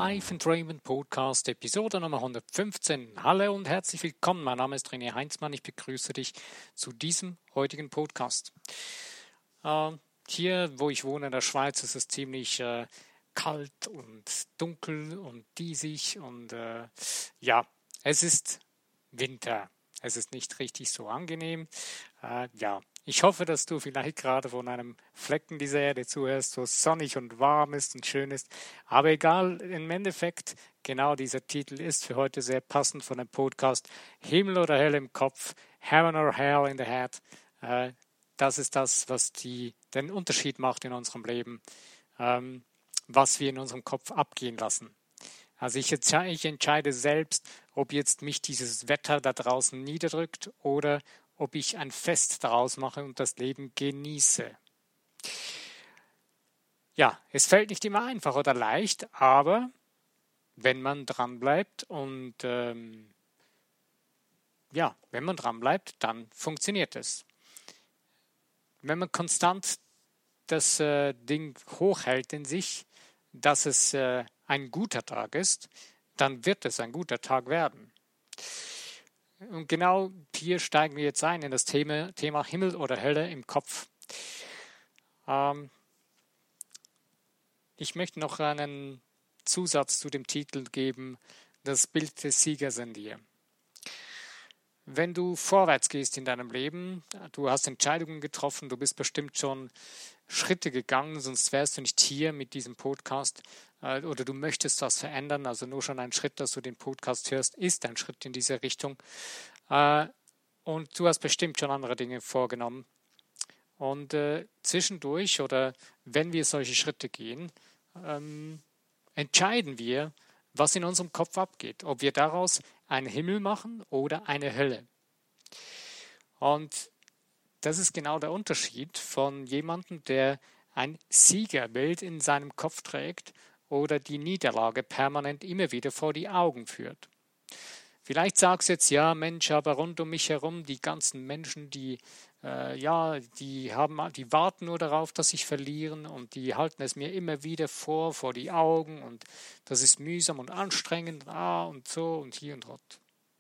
Life and Raymond Podcast, Episode Nummer 115. Hallo und herzlich willkommen. Mein Name ist René Heinzmann. Ich begrüße dich zu diesem heutigen Podcast. Hier, wo ich wohne in der Schweiz, ist es ziemlich kalt und dunkel und diesig und es ist Winter. Es ist nicht richtig so angenehm. Ich hoffe, dass du vielleicht gerade von einem Flecken dieser Erde zuhörst, wo es sonnig und warm ist und schön ist. Aber egal, im Endeffekt, genau dieser Titel ist für heute sehr passend von dem Podcast Himmel oder Hölle im Kopf, Heaven or Hell in the Head. Das ist das, was den Unterschied macht in unserem Leben, was wir in unserem Kopf abgehen lassen. Also ich entscheide selbst, ob jetzt mich dieses Wetter da draußen niederdrückt oder ob ich ein Fest daraus mache und das Leben genieße. Ja, es fällt nicht immer einfach oder leicht, aber wenn man dranbleibt und wenn man dranbleibt, dann funktioniert es. Wenn man konstant das Ding hochhält in sich, dass es ein guter Tag ist, dann wird es ein guter Tag werden. Und genau hier steigen wir jetzt ein in das Thema Himmel oder Hölle im Kopf. Ich möchte noch einen Zusatz zu dem Titel geben, das Bild des Siegers in dir. Wenn du vorwärts gehst in deinem Leben, du hast Entscheidungen getroffen, du bist bestimmt schon Schritte gegangen, sonst wärst du nicht hier mit diesem Podcast oder du möchtest was verändern, also nur schon ein Schritt, dass du den Podcast hörst, ist ein Schritt in diese Richtung und du hast bestimmt schon andere Dinge vorgenommen und zwischendurch oder wenn wir solche Schritte gehen, entscheiden wir, was in unserem Kopf abgeht, ob wir daraus einen Himmel machen oder eine Hölle. Und das ist genau der Unterschied von jemandem, der ein Siegerbild in seinem Kopf trägt oder die Niederlage permanent immer wieder vor die Augen führt. Vielleicht sagst du jetzt, ja Mensch, aber rund um mich herum, die ganzen Menschen, die warten nur darauf, dass sie verlieren und die halten es mir immer wieder vor die Augen und das ist mühsam und anstrengend, und so und hier und dort.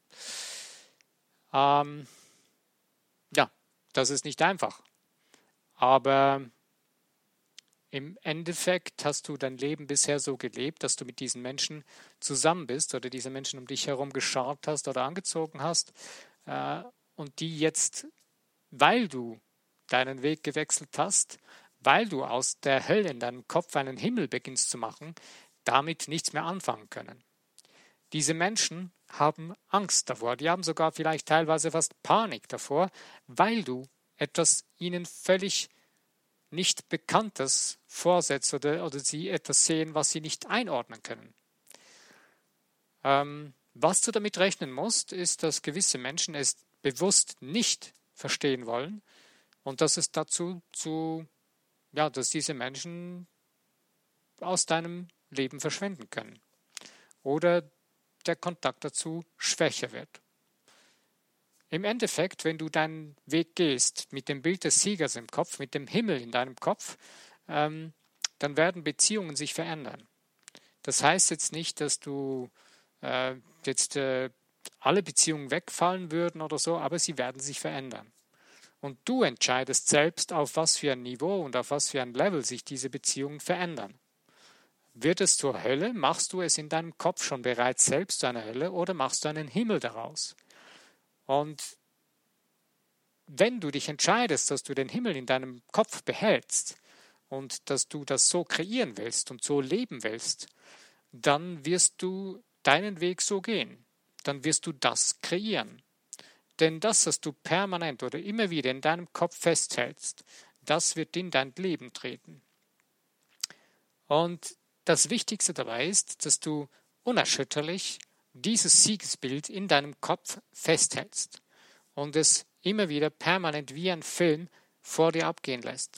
Das ist nicht einfach. Aber im Endeffekt hast du dein Leben bisher so gelebt, dass du mit diesen Menschen zusammen bist oder diese Menschen um dich herum geschart hast oder angezogen hast und die jetzt, weil du deinen Weg gewechselt hast, weil du aus der Hölle in deinem Kopf einen Himmel beginnst zu machen, damit nichts mehr anfangen können. Diese Menschen haben Angst davor, die haben sogar vielleicht teilweise fast Panik davor, weil du etwas ihnen völlig nicht Bekanntes vorsetzt oder sie etwas sehen, was sie nicht einordnen können. Was du damit rechnen musst, ist, dass gewisse Menschen es bewusst nicht verstehen wollen und dass es dazu dass diese Menschen aus deinem Leben verschwinden können oder der Kontakt dazu schwächer wird. Im Endeffekt, wenn du deinen Weg gehst mit dem Bild des Siegers im Kopf, mit dem Himmel in deinem Kopf, dann werden Beziehungen sich verändern. Das heißt jetzt nicht, dass du alle Beziehungen wegfallen würden oder so, aber sie werden sich verändern. Und du entscheidest selbst, auf was für ein Niveau und auf was für ein Level sich diese Beziehungen verändern. Wird es zur Hölle, machst du es in deinem Kopf schon bereits selbst zu einer Hölle oder machst du einen Himmel daraus? Und wenn du dich entscheidest, dass du den Himmel in deinem Kopf behältst und dass du das so kreieren willst und so leben willst, dann wirst du deinen Weg so gehen. Dann wirst du das kreieren. Denn das, was du permanent oder immer wieder in deinem Kopf festhältst, das wird in dein Leben treten. Und das Wichtigste dabei ist, dass du unerschütterlich dieses Siegesbild in deinem Kopf festhältst und es immer wieder permanent wie ein Film vor dir abgehen lässt.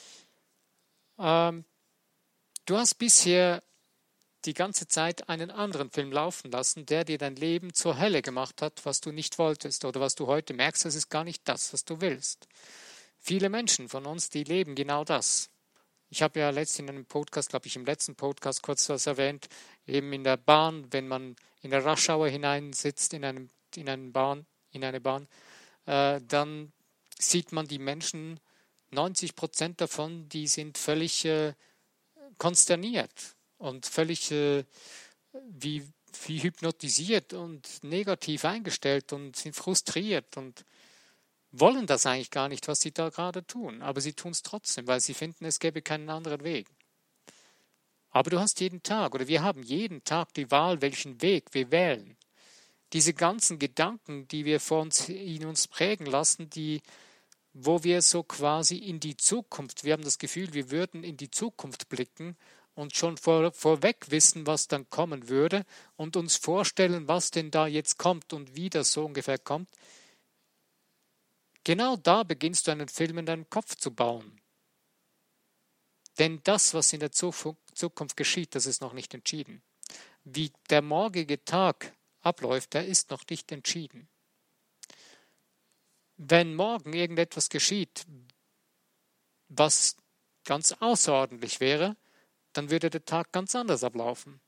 Du hast bisher die ganze Zeit einen anderen Film laufen lassen, der dir dein Leben zur Hölle gemacht hat, was du nicht wolltest oder was du heute merkst, das ist gar nicht das, was du willst. Viele Menschen von uns, die leben genau das. Ich habe ja letztens in einem Podcast, glaube ich, im letzten Podcast kurz was erwähnt, eben in der Bahn, wenn man in der Rush-Hour hineinsitzt in eine Bahn, dann sieht man die Menschen, 90% davon, die sind völlig konsterniert und völlig wie, wie hypnotisiert und negativ eingestellt und sind frustriert und wollen das eigentlich gar nicht, was sie da gerade tun. Aber sie tun es trotzdem, weil sie finden, es gäbe keinen anderen Weg. Aber du hast jeden Tag oder wir haben jeden Tag die Wahl, welchen Weg wir wählen. Diese ganzen Gedanken, die wir in uns prägen lassen, wo wir so quasi in die Zukunft, wir haben das Gefühl, wir würden in die Zukunft blicken und schon vorweg wissen, was dann kommen würde und uns vorstellen, was denn da jetzt kommt und wie das so ungefähr kommt. Genau da beginnst du einen Film in deinem Kopf zu bauen. Denn das, was in der Zukunft geschieht, das ist noch nicht entschieden. Wie der morgige Tag abläuft, der ist noch nicht entschieden. Wenn morgen irgendetwas geschieht, was ganz außerordentlich wäre, dann würde der Tag ganz anders ablaufen.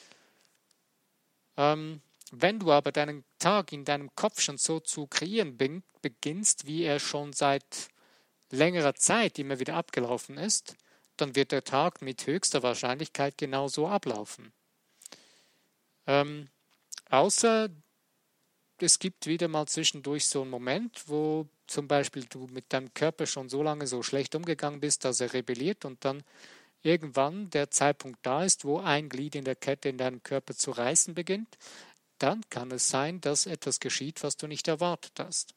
Wenn du aber deinen Tag in deinem Kopf schon so zu kreieren beginnst, wie er schon seit längerer Zeit immer wieder abgelaufen ist, dann wird der Tag mit höchster Wahrscheinlichkeit genauso ablaufen. Außer es gibt wieder mal zwischendurch so einen Moment, wo zum Beispiel du mit deinem Körper schon so lange so schlecht umgegangen bist, dass er rebelliert und dann irgendwann der Zeitpunkt da ist, wo ein Glied in der Kette in deinem Körper zu reißen beginnt, dann kann es sein, dass etwas geschieht, was du nicht erwartet hast.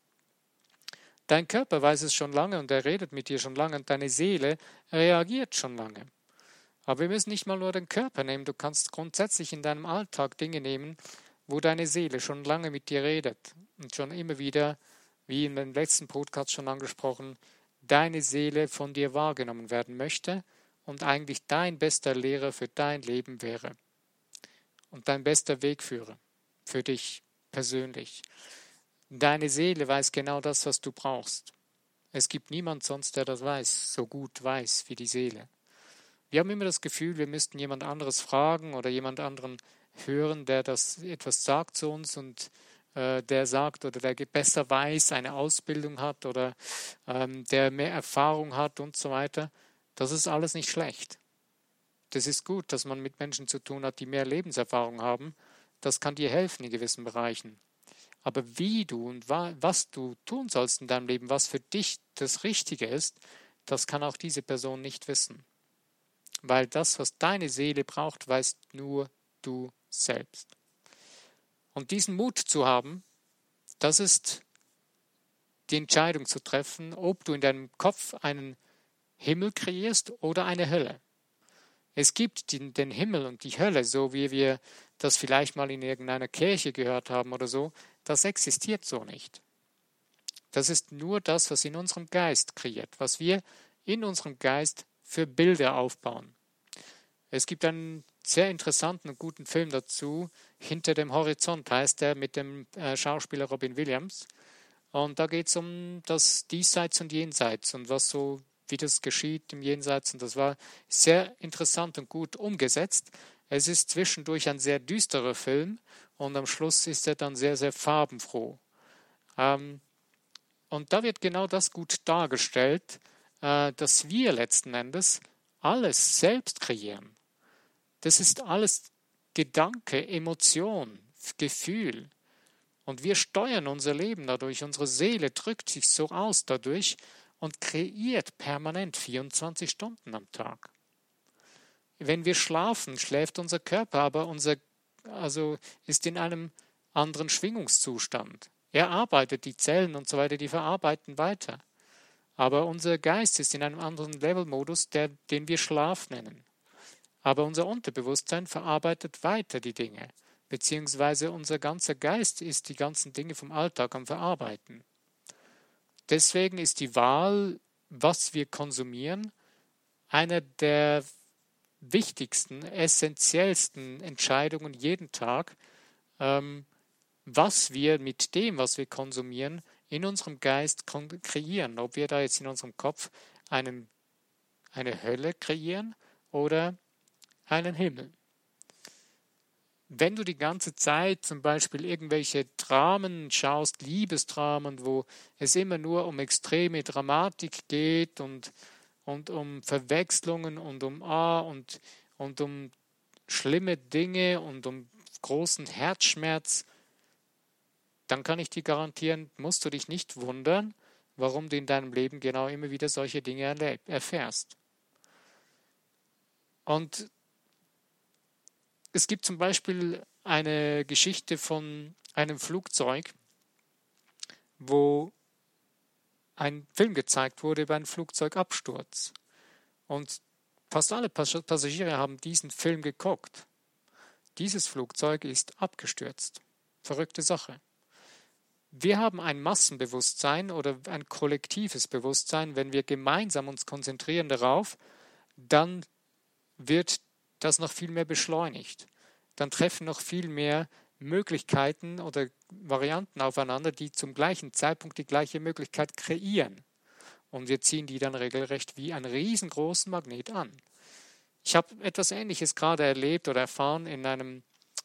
Dein Körper weiß es schon lange und er redet mit dir schon lange und deine Seele reagiert schon lange. Aber wir müssen nicht mal nur den Körper nehmen, du kannst grundsätzlich in deinem Alltag Dinge nehmen, wo deine Seele schon lange mit dir redet und schon immer wieder, wie in dem letzten Podcast schon angesprochen, deine Seele von dir wahrgenommen werden möchte und eigentlich dein bester Lehrer für dein Leben wäre und dein bester Wegführer für dich persönlich. Deine Seele weiß genau das, was du brauchst. Es gibt niemand sonst, der das weiß, so gut weiß wie die Seele. Wir haben immer das Gefühl, wir müssten jemand anderes fragen oder jemand anderen hören, der das etwas sagt zu uns und der sagt oder der besser weiß, eine Ausbildung hat oder der mehr Erfahrung hat und so weiter. Das ist alles nicht schlecht. Das ist gut, dass man mit Menschen zu tun hat, die mehr Lebenserfahrung haben. Das kann dir helfen in gewissen Bereichen. Aber wie du und was du tun sollst in deinem Leben, was für dich das Richtige ist, das kann auch diese Person nicht wissen. Weil das, was deine Seele braucht, weißt nur du selbst. Und diesen Mut zu haben, das ist die Entscheidung zu treffen, ob du in deinem Kopf einen Himmel kreierst oder eine Hölle. Es gibt den Himmel und die Hölle, so wie wir das vielleicht mal in irgendeiner Kirche gehört haben oder so, das existiert so nicht. Das ist nur das, was in unserem Geist kreiert, was wir in unserem Geist für Bilder aufbauen. Es gibt einen sehr interessanten und guten Film dazu, Hinter dem Horizont heißt der, mit dem Schauspieler Robin Williams. Und da geht es um das Diesseits und Jenseits und was so, wie das geschieht im Jenseits. Und das war sehr interessant und gut umgesetzt. Es ist zwischendurch ein sehr düsterer Film und am Schluss ist er dann sehr, sehr farbenfroh. Und da wird genau das gut dargestellt, dass wir letzten Endes alles selbst kreieren. Das ist alles Gedanke, Emotion, Gefühl. Und wir steuern unser Leben dadurch. Unsere Seele drückt sich so aus dadurch und kreiert permanent 24 Stunden am Tag. Wenn wir schlafen, schläft unser Körper, aber ist in einem anderen Schwingungszustand. Er arbeitet, die Zellen und so weiter, die verarbeiten weiter. Aber unser Geist ist in einem anderen Levelmodus, den wir Schlaf nennen. Aber unser Unterbewusstsein verarbeitet weiter die Dinge, beziehungsweise unser ganzer Geist ist die ganzen Dinge vom Alltag am Verarbeiten. Deswegen ist die Wahl, was wir konsumieren, einer der wichtigsten, essentiellsten Entscheidungen jeden Tag, was wir mit dem, was wir konsumieren, in unserem Geist kreieren. Ob wir da jetzt in unserem Kopf einen eine Hölle kreieren oder einen Himmel. Wenn du die ganze Zeit zum Beispiel irgendwelche Dramen schaust, Liebesdramen, wo es immer nur um extreme Dramatik geht und um Verwechslungen und und um schlimme Dinge und um großen Herzschmerz, dann kann ich dir garantieren, musst du dich nicht wundern, warum du in deinem Leben genau immer wieder solche Dinge erfährst. Und es gibt zum Beispiel eine Geschichte von einem Flugzeug, wo ein Film gezeigt wurde über einen Flugzeugabsturz. Und fast alle Passagiere haben diesen Film geguckt. Dieses Flugzeug ist abgestürzt. Verrückte Sache. Wir haben ein Massenbewusstsein oder ein kollektives Bewusstsein. Wenn wir gemeinsam uns konzentrieren darauf, dann wird das noch viel mehr beschleunigt. Dann treffen noch viel mehr Möglichkeiten oder Varianten aufeinander, die zum gleichen Zeitpunkt die gleiche Möglichkeit kreieren. Und wir ziehen die dann regelrecht wie einen riesengroßen Magnet an. Ich habe etwas Ähnliches gerade erlebt oder erfahren in einem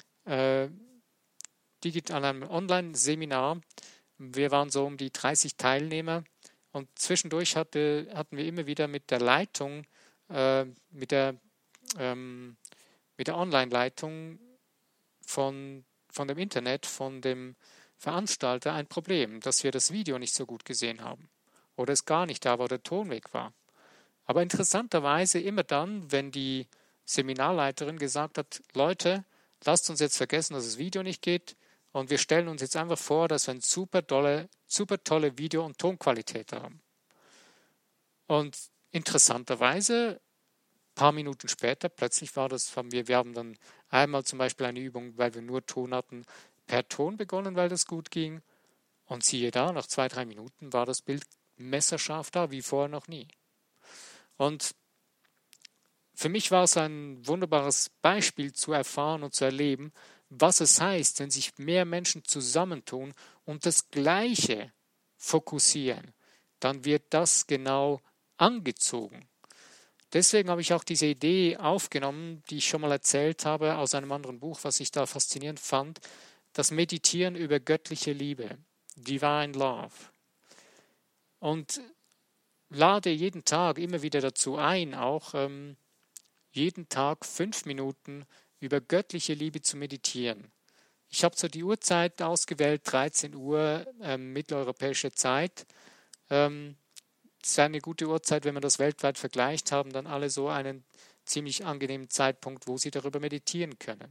einem Online-Seminar. Wir waren so um die 30 Teilnehmer und zwischendurch hatten wir immer wieder mit der Leitung, mit der Online-Leitung von dem Internet, von dem Veranstalter ein Problem, dass wir das Video nicht so gut gesehen haben oder es gar nicht da war, der Ton weg war. Aber interessanterweise immer dann, wenn die Seminarleiterin gesagt hat, Leute, lasst uns jetzt vergessen, dass das Video nicht geht und wir stellen uns jetzt einfach vor, dass wir eine super tolle Video- und Tonqualität haben. Und interessanterweise paar Minuten später, plötzlich wir haben dann einmal zum Beispiel eine Übung, weil wir nur Ton hatten, per Ton begonnen, weil das gut ging. Und siehe da, nach 2-3 Minuten war das Bild messerscharf da, wie vorher noch nie. Und für mich war es ein wunderbares Beispiel zu erfahren und zu erleben, was es heißt, wenn sich mehr Menschen zusammentun und das Gleiche fokussieren, dann wird das genau angezogen. Deswegen habe ich auch diese Idee aufgenommen, die ich schon mal erzählt habe aus einem anderen Buch, was ich da faszinierend fand, das Meditieren über göttliche Liebe, Divine Love. Und lade jeden Tag immer wieder dazu ein, auch jeden Tag 5 Minuten über göttliche Liebe zu meditieren. Ich habe so die Uhrzeit ausgewählt, 13 Uhr mitteleuropäische Zeit. Das ist eine gute Uhrzeit, wenn man das weltweit vergleicht, haben dann alle so einen ziemlich angenehmen Zeitpunkt, wo sie darüber meditieren können.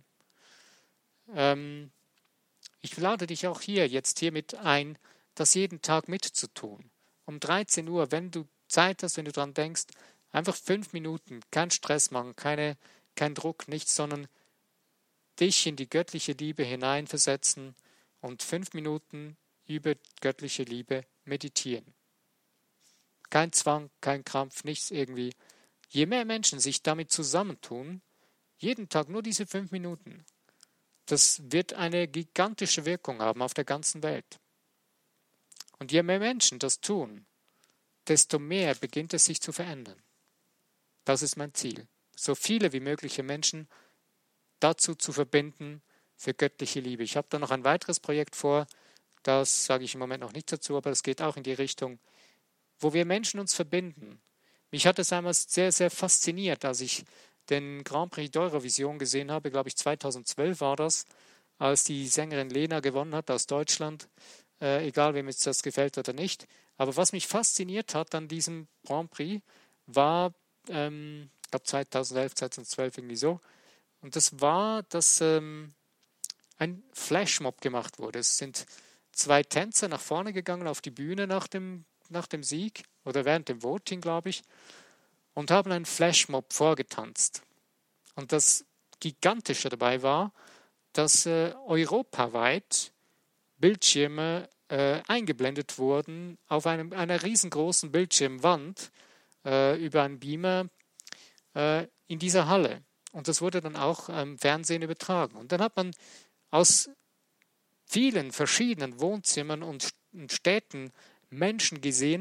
Ich lade dich auch jetzt hiermit ein, das jeden Tag mitzutun. Um 13 Uhr, wenn du Zeit hast, wenn du dran denkst, einfach 5 Minuten, kein Stress machen, kein Druck, nichts, sondern dich in die göttliche Liebe hineinversetzen und 5 Minuten über göttliche Liebe meditieren. Kein Zwang, kein Krampf, nichts irgendwie. Je mehr Menschen sich damit zusammentun, jeden Tag nur diese 5 Minuten, das wird eine gigantische Wirkung haben auf der ganzen Welt. Und je mehr Menschen das tun, desto mehr beginnt es sich zu verändern. Das ist mein Ziel. So viele wie mögliche Menschen dazu zu verbinden für göttliche Liebe. Ich habe da noch ein weiteres Projekt vor, das sage ich im Moment noch nicht dazu, aber das geht auch in die Richtung, wo wir Menschen uns verbinden. Mich hat es einmal sehr, sehr fasziniert, als ich den Grand Prix d'Eurovision gesehen habe, glaube ich 2012 war das, als die Sängerin Lena gewonnen hat aus Deutschland, egal wem jetzt das gefällt oder nicht. Aber was mich fasziniert hat an diesem Grand Prix war, ich glaube 2011, 2012 irgendwie so, und das war, dass ein Flashmob gemacht wurde. Es sind 2 Tänzer nach vorne gegangen auf die Bühne nach dem Sieg oder während dem Voting, glaube ich, und haben einen Flashmob vorgetanzt. Und das Gigantische dabei war, dass europaweit Bildschirme eingeblendet wurden auf einer riesengroßen Bildschirmwand über einen Beamer in dieser Halle. Und das wurde dann auch im Fernsehen übertragen. Und dann hat man aus vielen verschiedenen Wohnzimmern und Städten Menschen gesehen,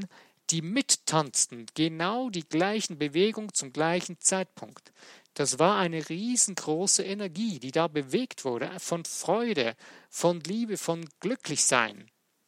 die mittanzten, genau die gleichen Bewegungen zum gleichen Zeitpunkt. Das war eine riesengroße Energie, die da bewegt wurde, von Freude, von Liebe, von Glücklichsein.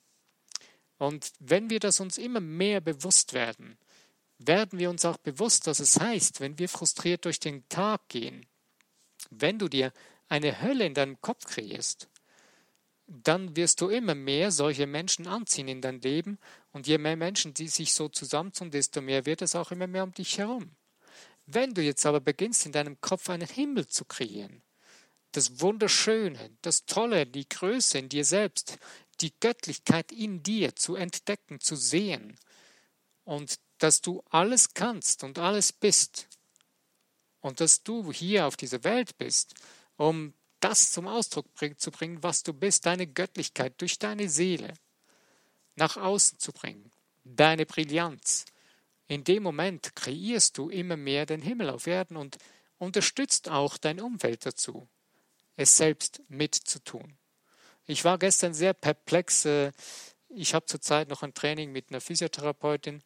Und wenn wir das uns immer mehr bewusst werden, werden wir uns auch bewusst, was es heißt, wenn wir frustriert durch den Tag gehen. Wenn du dir eine Hölle in deinem Kopf kreierst, dann wirst du immer mehr solche Menschen anziehen in dein Leben. Und je mehr Menschen, die sich so zusammentun, desto mehr wird es auch immer mehr um dich herum. Wenn du jetzt aber beginnst, in deinem Kopf einen Himmel zu kreieren, das Wunderschöne, das Tolle, die Größe in dir selbst, die Göttlichkeit in dir zu entdecken, zu sehen und dass du alles kannst und alles bist und dass du hier auf dieser Welt bist, um das zum Ausdruck zu bringen, was du bist, deine Göttlichkeit durch deine Seele nach außen zu bringen, deine Brillanz. In dem Moment kreierst du immer mehr den Himmel auf Erden und unterstützt auch dein Umfeld dazu, es selbst mitzutun. Ich war gestern sehr perplex. Ich habe zurzeit noch ein Training mit einer Physiotherapeutin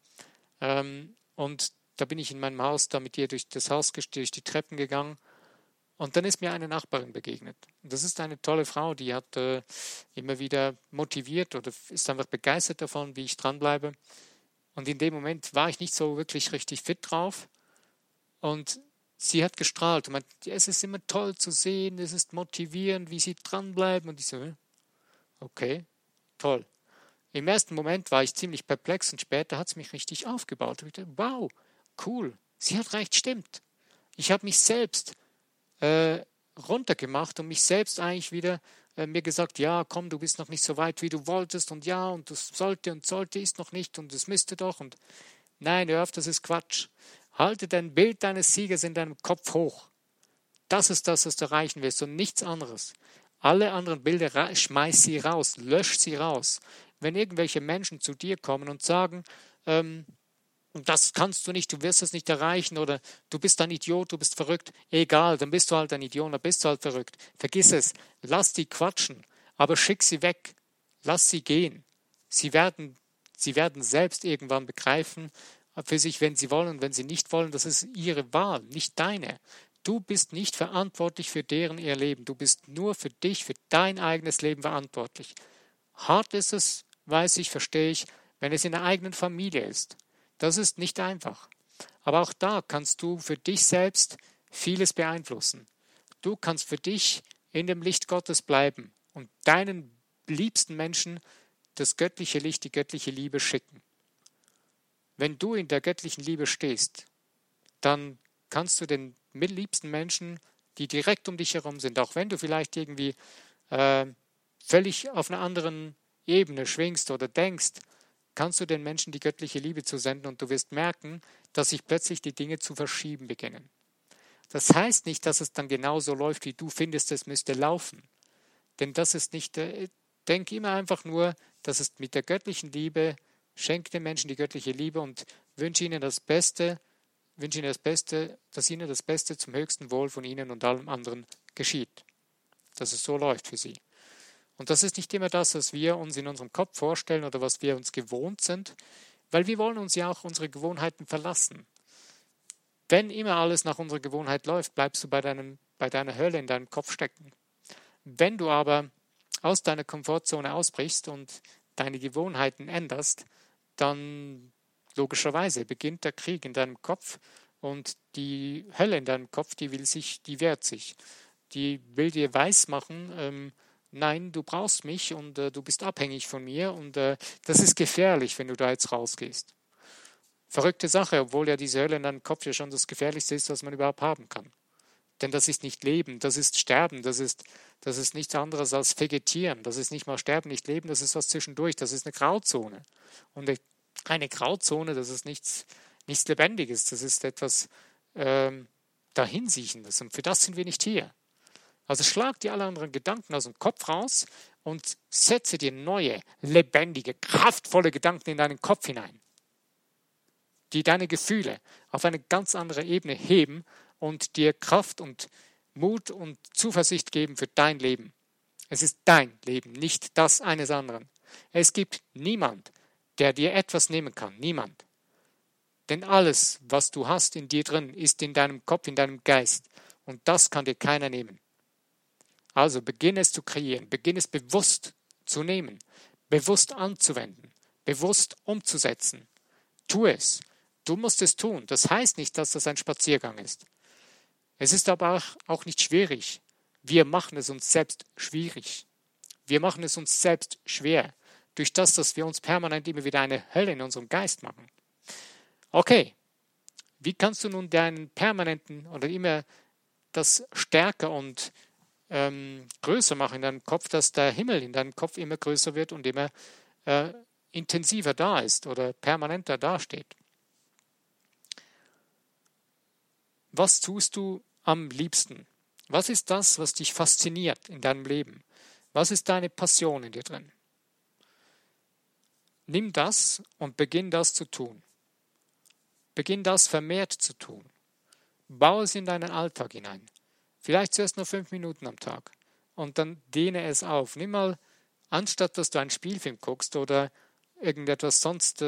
und da bin ich in meinem Haus da mit ihr durch das Haus, durch die Treppen gegangen und dann ist mir eine Nachbarin begegnet. Und das ist eine tolle Frau, die hat immer wieder motiviert oder ist einfach begeistert davon, wie ich dranbleibe. Und in dem Moment war ich nicht so wirklich richtig fit drauf. Und sie hat gestrahlt und meint, es ist immer toll zu sehen, es ist motivierend, wie sie dranbleiben. Und ich so, okay, toll. Im ersten Moment war ich ziemlich perplex und später hat es mich richtig aufgebaut. Ich dachte, wow, cool, sie hat recht, stimmt. Ich habe mich selbst runtergemacht und mich selbst eigentlich wieder mir gesagt, ja, komm, du bist noch nicht so weit, wie du wolltest und ja, und das sollte ist noch nicht und es müsste doch und nein, hör auf, das ist Quatsch. Halte dein Bild deines Siegers in deinem Kopf hoch. Das ist das, was du erreichen willst und nichts anderes. Alle anderen Bilder, schmeiß sie raus, lösch sie raus. Wenn irgendwelche Menschen zu dir kommen und sagen, das kannst du nicht, du wirst es nicht erreichen oder du bist ein Idiot, du bist verrückt. Egal, dann bist du halt ein Idiot, dann bist du halt verrückt. Vergiss es, lass die quatschen, aber schick sie weg, lass sie gehen. Sie werden selbst irgendwann begreifen für sich, wenn sie wollen und wenn sie nicht wollen, das ist ihre Wahl, nicht deine. Du bist nicht verantwortlich für deren ihr Leben, du bist nur für dich, für dein eigenes Leben verantwortlich. Hart ist es, weiß ich, verstehe ich, wenn es in der eigenen Familie ist. Das ist nicht einfach. Aber auch da kannst du für dich selbst vieles beeinflussen. Du kannst für dich in dem Licht Gottes bleiben und deinen liebsten Menschen das göttliche Licht, die göttliche Liebe schicken. Wenn du in der göttlichen Liebe stehst, dann kannst du den liebsten Menschen, die direkt um dich herum sind, auch wenn du vielleicht irgendwie völlig auf einer anderen Ebene schwingst oder denkst, kannst du den Menschen die göttliche Liebe zusenden und du wirst merken, dass sich plötzlich die Dinge zu verschieben beginnen. Das heißt nicht, dass es dann genauso läuft, wie du findest, es müsste laufen. Denn das ist nicht, denk immer einfach nur, dass es mit der göttlichen Liebe, schenk den Menschen die göttliche Liebe und wünsche ihnen das Beste, dass ihnen das Beste zum höchsten Wohl von ihnen und allem anderen geschieht. Dass es so läuft für sie. Und das ist nicht immer das, was wir uns in unserem Kopf vorstellen oder was wir uns gewohnt sind, weil wir wollen uns ja auch unsere Gewohnheiten verlassen. Wenn immer alles nach unserer Gewohnheit läuft, bleibst du bei deiner Hölle in deinem Kopf stecken. Wenn du aber aus deiner Komfortzone ausbrichst und deine Gewohnheiten änderst, dann logischerweise beginnt der Krieg in deinem Kopf und die Hölle in deinem Kopf, die wehrt sich. Die will dir weismachen, nein, du brauchst mich und du bist abhängig von mir und das ist gefährlich, wenn du da jetzt rausgehst. Verrückte Sache, obwohl ja diese Hölle in deinem Kopf ja schon das Gefährlichste ist, was man überhaupt haben kann. Denn das ist nicht Leben, das ist Sterben, das ist nichts anderes als Vegetieren, das ist nicht mal Sterben, nicht Leben, das ist was zwischendurch, das ist eine Grauzone. Und eine Grauzone, das ist nichts Lebendiges, das ist etwas Dahinsiechendes und für das sind wir nicht hier. Also schlag dir alle anderen Gedanken aus dem Kopf raus und setze dir neue, lebendige, kraftvolle Gedanken in deinen Kopf hinein, die deine Gefühle auf eine ganz andere Ebene heben und dir Kraft und Mut und Zuversicht geben für dein Leben. Es ist dein Leben, nicht das eines anderen. Es gibt niemand, der dir etwas nehmen kann. Niemand. Denn alles, was du hast in dir drin, ist in deinem Kopf, in deinem Geist. Und das kann dir keiner nehmen. Also beginne es zu kreieren, beginne es bewusst zu nehmen, bewusst anzuwenden, bewusst umzusetzen. Tu es. Du musst es tun. Das heißt nicht, dass das ein Spaziergang ist. Es ist aber auch nicht schwierig. Wir machen es uns selbst schwierig. Wir machen es uns selbst schwer. Durch das, dass wir uns permanent immer wieder eine Hölle in unserem Geist machen. Okay, wie kannst du nun deinen permanenten oder immer das stärker und größer machen in deinem Kopf, dass der Himmel in deinem Kopf immer größer wird und immer intensiver da ist oder permanenter dasteht? Was tust du am liebsten? Was ist das, was dich fasziniert in deinem Leben? Was ist deine Passion in dir drin? Nimm das und beginn das zu tun. Beginn das vermehrt zu tun. Baue es in deinen Alltag hinein. Vielleicht zuerst nur 5 Minuten am Tag. Und dann dehne es auf. Nimm mal, anstatt dass du einen Spielfilm guckst oder irgendetwas sonst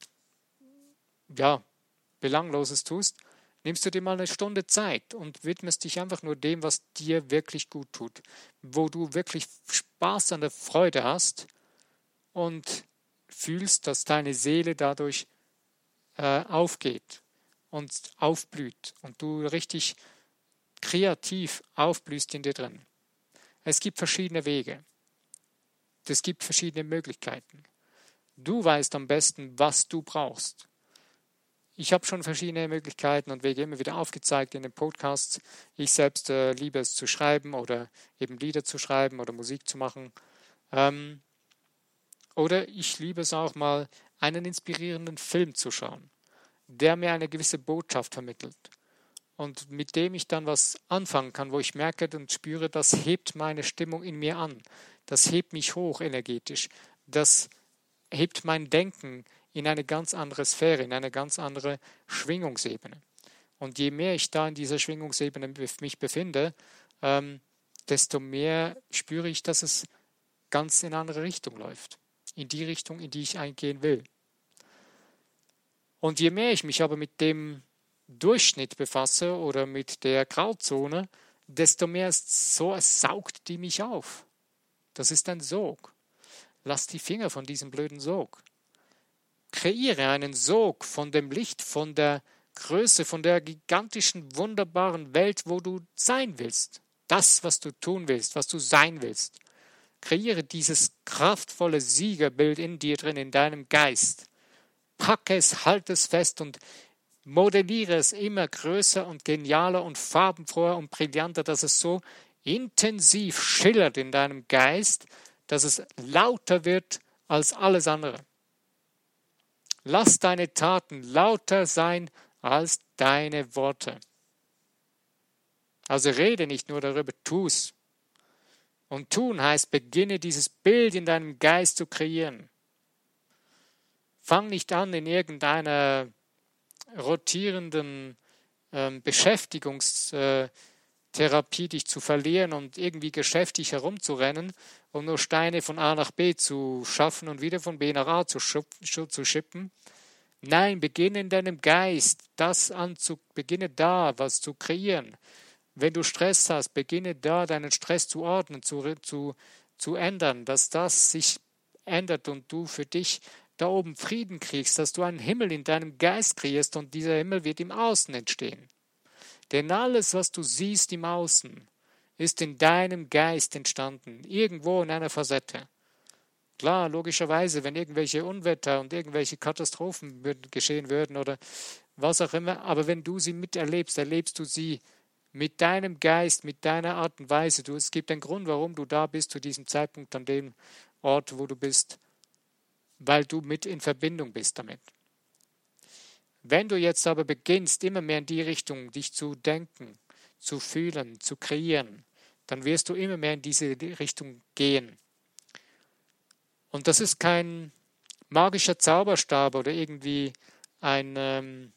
Belangloses tust, nimmst du dir mal eine Stunde Zeit und widmest dich einfach nur dem, was dir wirklich gut tut. Wo du wirklich Spaß an der Freude hast und fühlst, dass deine Seele dadurch aufgeht und aufblüht und du richtig kreativ aufblühst in dir drin. Es gibt verschiedene Wege. Es gibt verschiedene Möglichkeiten. Du weißt am besten, was du brauchst. Ich habe schon verschiedene Möglichkeiten und Wege immer wieder aufgezeigt in den Podcasts. Ich selbst liebe es zu schreiben oder eben Lieder zu schreiben oder Musik zu machen. Oder ich liebe es auch mal, einen inspirierenden Film zu schauen, der mir eine gewisse Botschaft vermittelt und mit dem ich dann was anfangen kann, wo ich merke und spüre, das hebt meine Stimmung in mir an, das hebt mich hoch energetisch, das hebt mein Denken in eine ganz andere Sphäre, in eine ganz andere Schwingungsebene. Und je mehr ich da in dieser Schwingungsebene mich befinde, desto mehr spüre ich, dass es ganz in eine andere Richtung läuft, in die Richtung, in die ich eingehen will. Und je mehr ich mich aber mit dem Durchschnitt befasse oder mit der Grauzone, desto mehr es saugt die mich auf. Das ist ein Sog. Lass die Finger von diesem blöden Sog. Kreiere einen Sog von dem Licht, von der Größe, von der gigantischen, wunderbaren Welt, wo du sein willst. Das, was du tun willst, was du sein willst. Kreiere dieses kraftvolle Siegerbild in dir drin, in deinem Geist. Packe es, halte es fest und modelliere es immer größer und genialer und farbenfroher und brillanter, dass es so intensiv schillert in deinem Geist, dass es lauter wird als alles andere. Lass deine Taten lauter sein als deine Worte. Also rede nicht nur darüber, tu's. Und tun heißt, beginne dieses Bild in deinem Geist zu kreieren. Fang nicht an, in irgendeiner rotierenden Beschäftigungstherapie dich zu verlieren und irgendwie geschäftig herumzurennen, um nur Steine von A nach B zu schaffen und wieder von B nach A zu schippen. Nein, beginne in deinem Geist, beginne da, was zu kreieren. Wenn du Stress hast, beginne da, deinen Stress zu ordnen, zu ändern, dass das sich ändert und du für dich da oben Frieden kriegst, dass du einen Himmel in deinem Geist kreierst und dieser Himmel wird im Außen entstehen. Denn alles, was du siehst im Außen, ist in deinem Geist entstanden, irgendwo in einer Facette. Klar, logischerweise, wenn irgendwelche Unwetter und irgendwelche Katastrophen geschehen würden oder was auch immer, aber wenn du sie miterlebst, erlebst du sie mit deinem Geist, mit deiner Art und Weise. Es gibt einen Grund, warum du da bist zu diesem Zeitpunkt an dem Ort, wo du bist, weil du mit in Verbindung bist damit. Wenn du jetzt aber beginnst, immer mehr in die Richtung dich zu denken, zu fühlen, zu kreieren, dann wirst du immer mehr in diese Richtung gehen. Und das ist kein magischer Zauberstab oder irgendwie eine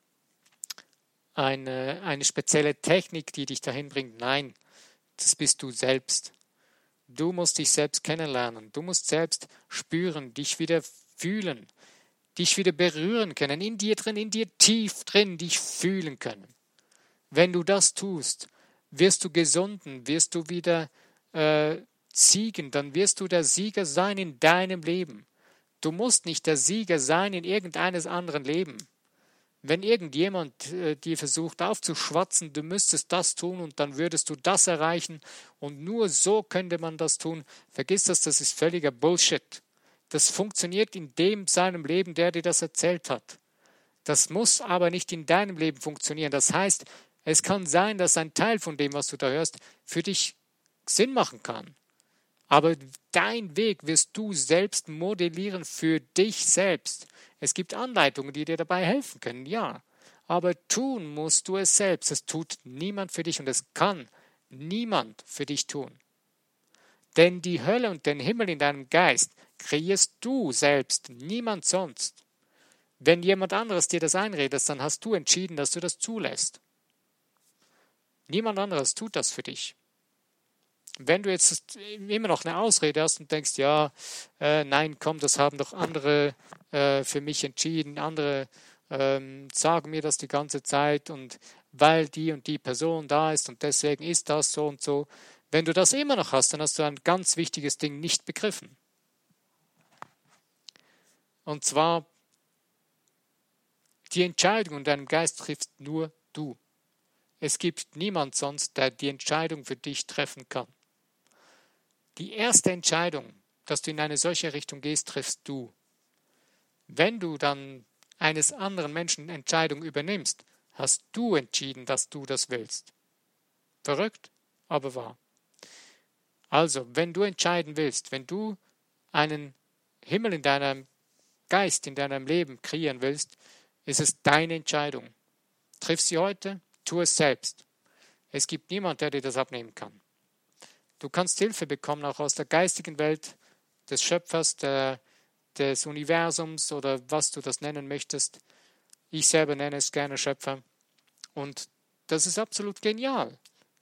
spezielle Technik, die dich dahin bringt. Nein, das bist du selbst. Du musst dich selbst kennenlernen. Du musst selbst spüren, dich wieder fühlen, dich wieder berühren können, in dir drin, in dir tief drin, dich fühlen können. Wenn du das tust, wirst du gesunden, wirst du wieder siegen, dann wirst du der Sieger sein in deinem Leben. Du musst nicht der Sieger sein in irgendeines anderen Leben. Wenn irgendjemand dir versucht aufzuschwatzen, du müsstest das tun und dann würdest du das erreichen und nur so könnte man das tun, vergiss das ist völliger Bullshit. Das funktioniert in seinem Leben, der dir das erzählt hat. Das muss aber nicht in deinem Leben funktionieren. Das heißt, es kann sein, dass ein Teil von dem, was du da hörst, für dich Sinn machen kann. Aber dein Weg wirst du selbst modellieren für dich selbst. Es gibt Anleitungen, die dir dabei helfen können, ja. Aber tun musst du es selbst. Es tut niemand für dich und es kann niemand für dich tun. Denn die Hölle und den Himmel in deinem Geist kreierst du selbst, niemand sonst. Wenn jemand anderes dir das einredet, dann hast du entschieden, dass du das zulässt. Niemand anderes tut das für dich. Wenn du jetzt immer noch eine Ausrede hast und denkst, ja, nein, komm, das haben doch andere für mich entschieden, andere sagen mir das die ganze Zeit und weil die und die Person da ist und deswegen ist das so und so. Wenn du das immer noch hast, dann hast du ein ganz wichtiges Ding nicht begriffen. Und zwar, die Entscheidung in deinem Geist triffst nur du. Es gibt niemand sonst, der die Entscheidung für dich treffen kann. Die erste Entscheidung, dass du in eine solche Richtung gehst, triffst du. Wenn du dann eines anderen Menschen Entscheidung übernimmst, hast du entschieden, dass du das willst. Verrückt, aber wahr. Also, wenn du entscheiden willst, wenn du einen Himmel in deinem Geist, in deinem Leben kreieren willst, ist es deine Entscheidung. Triff sie heute, tu es selbst. Es gibt niemanden, der dir das abnehmen kann. Du kannst Hilfe bekommen, auch aus der geistigen Welt des Schöpfers, des Universums oder was du das nennen möchtest. Ich selber nenne es gerne Schöpfer. Und das ist absolut genial.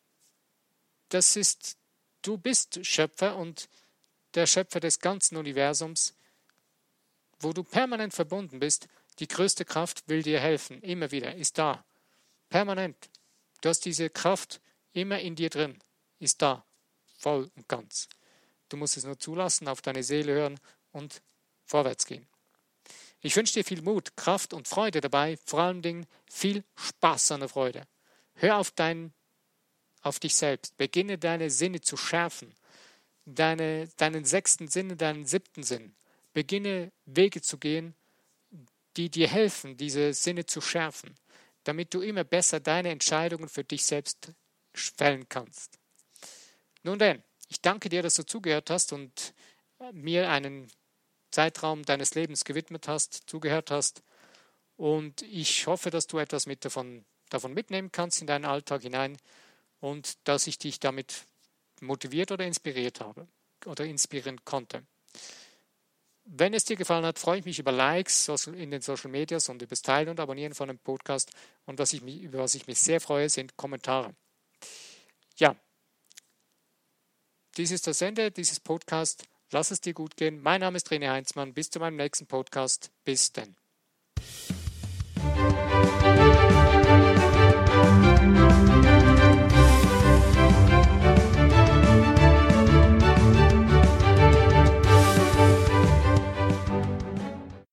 Du bist Schöpfer und der Schöpfer des ganzen Universums, wo du permanent verbunden bist. Die größte Kraft will dir helfen, immer wieder, ist da. Permanent. Du hast diese Kraft immer in dir drin, ist da. Voll und ganz. Du musst es nur zulassen, auf deine Seele hören und vorwärts gehen. Ich wünsche dir viel Mut, Kraft und Freude dabei, vor allen Dingen viel Spaß an der Freude. Hör auf dich selbst. Beginne deine Sinne zu schärfen. Deinen 6. Sinn, deinen 7. Sinn. Beginne Wege zu gehen, die dir helfen, diese Sinne zu schärfen, damit du immer besser deine Entscheidungen für dich selbst fällen kannst. Nun denn, ich danke dir, dass du zugehört hast und mir einen Zeitraum deines Lebens gewidmet hast, zugehört hast. Und ich hoffe, dass du etwas davon mitnehmen kannst in deinen Alltag hinein und dass ich dich damit motiviert oder inspiriert habe oder inspirieren konnte. Wenn es dir gefallen hat, freue ich mich über Likes in den Social Medias und über das Teilen und Abonnieren von dem Podcast. Und über was ich mich sehr freue, sind Kommentare. Ja. Dies ist das Ende dieses Podcasts. Lass es dir gut gehen. Mein Name ist René Heinzmann. Bis zu meinem nächsten Podcast. Bis denn.